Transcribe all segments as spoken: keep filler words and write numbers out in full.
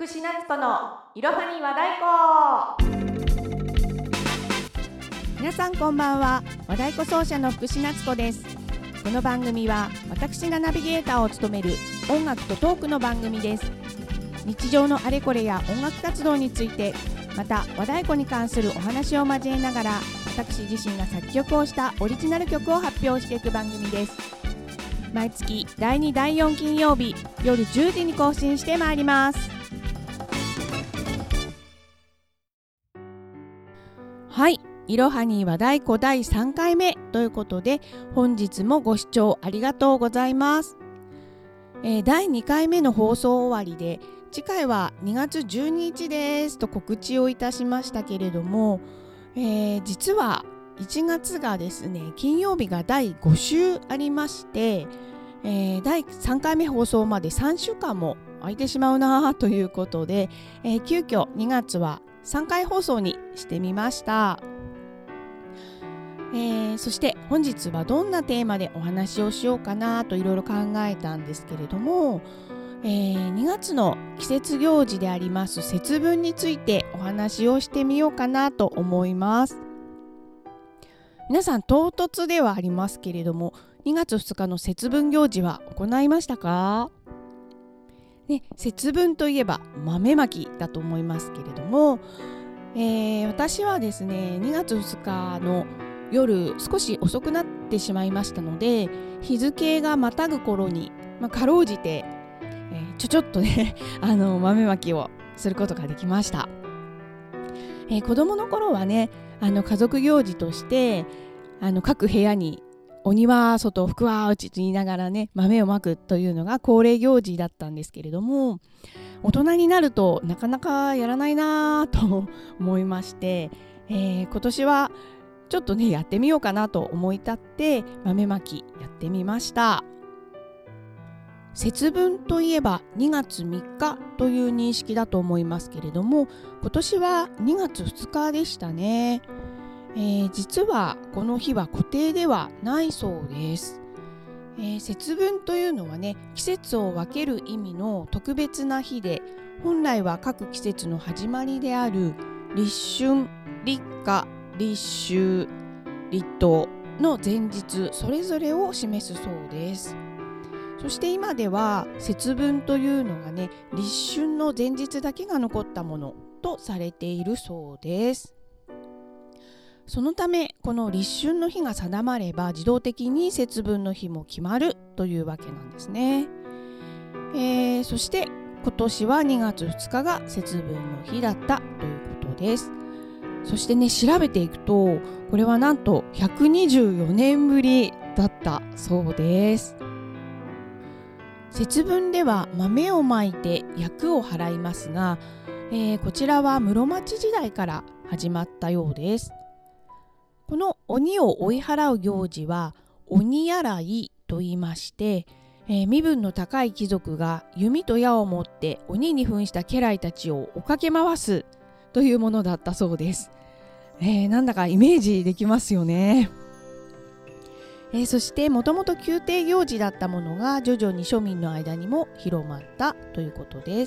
福士夏子のいろはに和太鼓。 皆さんこんばんは。和太鼓奏者の福士夏子です。この番組は私がナビゲーターを務める音楽とトークの番組です。日常のあれこれや音楽活動について、また和太鼓に関するお話を交えながら、私自身が作曲をしたオリジナル曲を発表していく番組です。毎月だいにだいよん金曜日夜じゅうじに更新してまいります。はい、いろはに和太鼓だいさんかいめということで、本日もご視聴ありがとうございます。えー、だいにかいめの放送終わりで、次回はにがつじゅうににちですと告知をいたしましたけれども、えー、実はいちがつがですね、金曜日がだいご週ありまして、えー、だいさんかいめ放送までさんしゅうかんも空いてしまうなということで、えー、急遽にがつはさんかい放送にしてみました。えー、そして本日はどんなテーマでお話をしようかなといろいろ考えたんですけれども、えー、にがつの季節行事であります節分についてお話をしてみようかなと思います。皆さん唐突ではありますけれども、にがつふつかの節分行事は行いましたか？ね、節分といえば豆まきだと思いますけれども、えー、私はですね、にがつふつかの夜少し遅くなってしまいましたので、日付がまたぐ頃に、まあ、かろうじて、えー、ちょちょっとねあの豆まきをすることができました。えー、子供の頃はね、あの家族行事としてあの各部屋に鬼は外福は内と言いながらね、豆をまくというのが恒例行事だったんですけれども、大人になるとなかなかやらないなと思いまして、えー、今年はちょっとねやってみようかなと思い立って豆まきやってみました。節分といえばにがつみっかという認識だと思いますけれども、今年はにがつふつかでしたね。えー、実はこの日は固定ではないそうです。えー、節分というのはね、季節を分ける意味の特別な日で、本来は各季節の始まりである立春、立夏、立秋、立冬の前日それぞれを示すそうです。そして今では節分というのがね、立春の前日だけが残ったものとされているそうです。そのためこの立春の日が定まれば自動的に節分の日も決まるというわけなんですね。えー、そして今年はにがつふつかが節分の日だったということです。そしてね、調べていくとこれはなんとひゃくにじゅうよねんぶりだったそうです。節分では豆をまいて厄を払いますが、えー、こちらは室町時代から始まったようです。この鬼を追い払う行事は鬼払いと言いまして、えー、身分の高い貴族が弓と矢を持って鬼に扮した家来たちを追っかけ回すというものだったそうです。えー、なんだかイメージできますよね。えー、そしてもともと宮廷行事だったものが徐々に庶民の間にも広まったということです。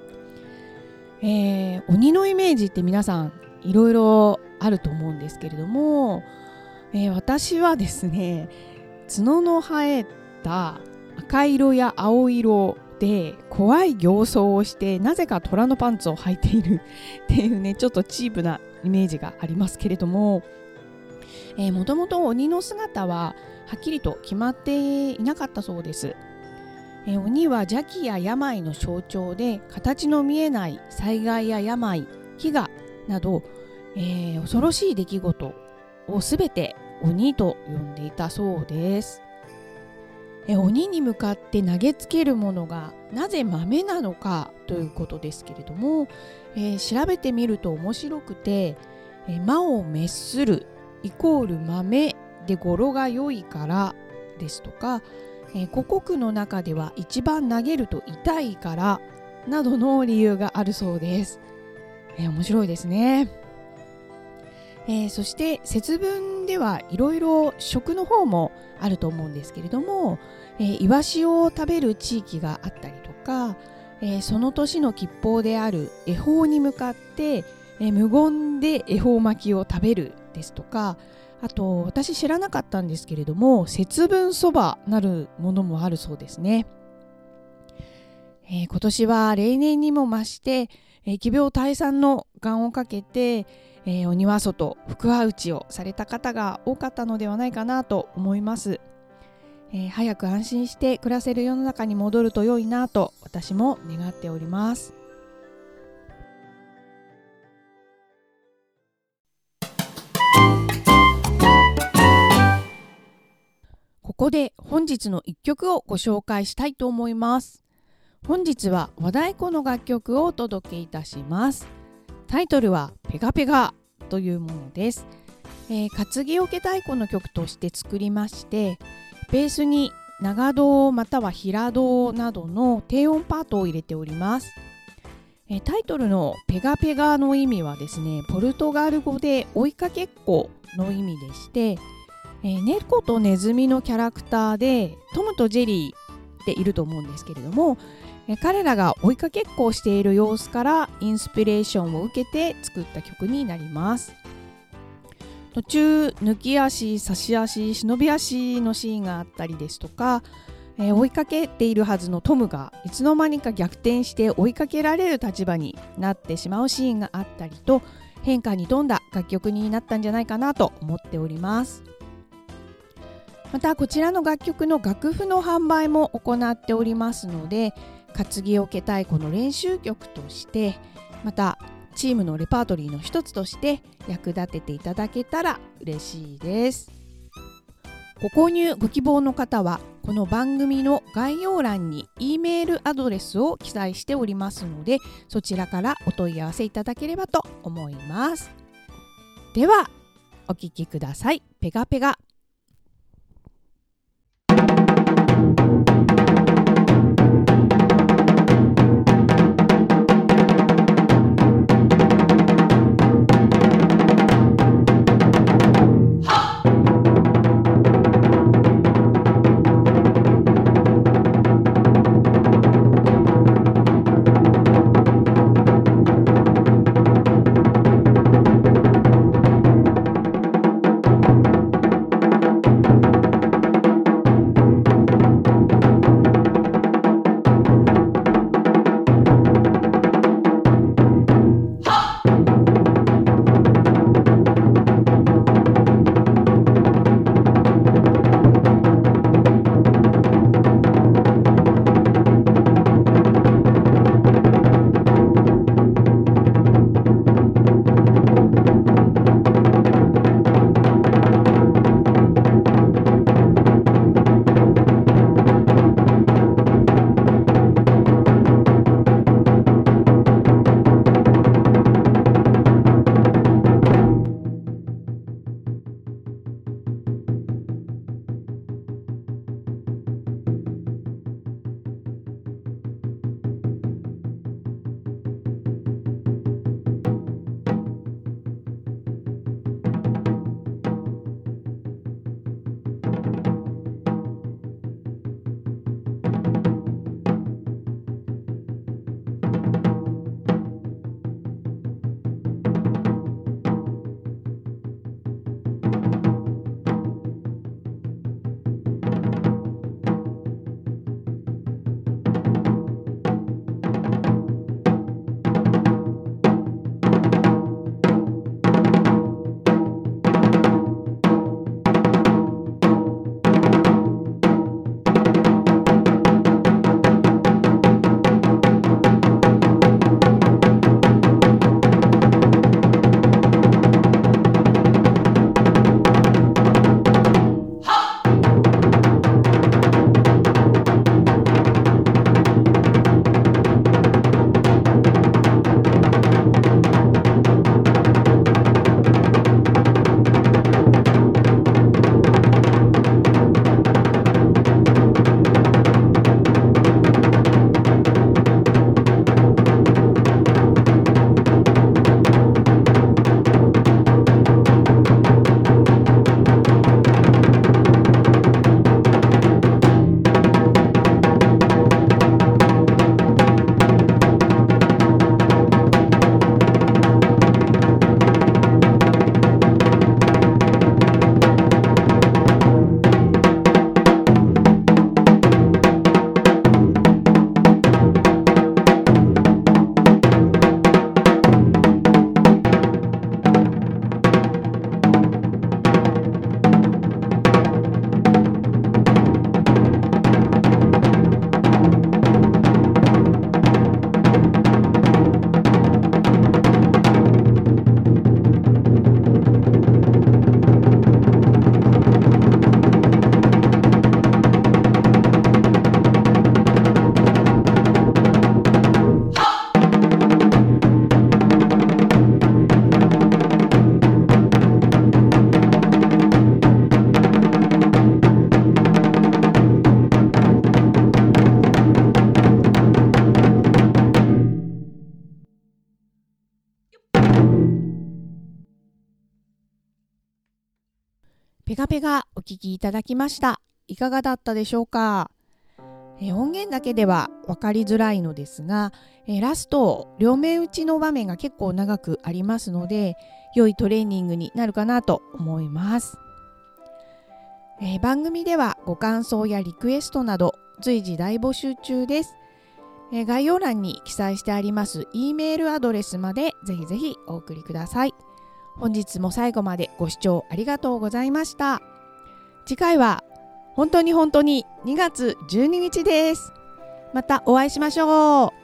えー、鬼のイメージって皆さんいろいろあると思うんですけれども、えー、私はですね、角の生えた赤色や青色で怖い形相をしてなぜか虎のパンツを履いているっていうね、ちょっとチープなイメージがありますけれども、えー、もともと鬼の姿ははっきりと決まっていなかったそうです。えー、鬼は邪気や病の象徴で、形の見えない災害や病、飢餓など、えー、恐ろしい出来事をすべて鬼と呼んでいたそうです。えー、鬼に向かって投げつけるものがなぜ豆なのかということですけれども、えー、調べてみると面白くて、えー、魔を滅するイコール豆で語呂が良いからですとか、えー、五穀の中では一番投げると痛いからなどの理由があるそうです。えー、面白いですね。えー、そして節分ではいろいろ食の方もあると思うんですけれども、えー、イワシを食べる地域があったりとか、 えー、その年の吉報である恵方に向かって、えー、無言で恵方巻きを食べるですとか、あと私知らなかったんですけれども、節分そばなるものもあるそうですね。えー、今年は例年にも増して、えー、疫病退散の願をかけて、えー、お庭外福は内をされた方が多かったのではないかなと思います。えー、早く安心して暮らせる世の中に戻ると良いなと私も願っております。ここで本日のいっきょくをご紹介したいと思います。本日は和太鼓の楽曲をお届けいたします。タイトルはペガペガというものです。えー、担ぎ桶太鼓の曲として作りまして、ベースに長胴または平胴などの低音パートを入れております。えー、タイトルのペガペガの意味はですね、ポルトガル語で追いかけっこの意味でして、えー、猫とネズミのキャラクターでトムとジェリーっていると思うんですけれども、えー、彼らが追いかけっこをしている様子からインスピレーションを受けて作った曲になります。途中抜き足、差し足、忍び足のシーンがあったりですとか、えー、追いかけているはずのトムがいつの間にか逆転して追いかけられる立場になってしまうシーンがあったりと、変化に富んだ楽曲になったんじゃないかなと思っております。またこちらの楽曲の楽譜の販売も行っておりますので、担ぎ桶太鼓の練習曲として、またチームのレパートリーの一つとして役立てていただけたら嬉しいです。ご購入ご希望の方はこの番組の概要欄に E メールアドレスを記載しておりますので、そちらからお問い合わせいただければと思います。ではお聴きください。ペガペガ。 ペガペガお聞きいただきました。いかがだったでしょうか。え音源だけでは分かりづらいのですが、えラスト両面打ちの場面が結構長くありますので、良いトレーニングになるかなと思います。え番組ではご感想やリクエストなど随時大募集中です。え概要欄に記載してあります E メールアドレスまでぜひぜひお送りください。本日も最後までご視聴ありがとうございました。次回は本当に本当ににがつじゅうににちです。またお会いしましょう。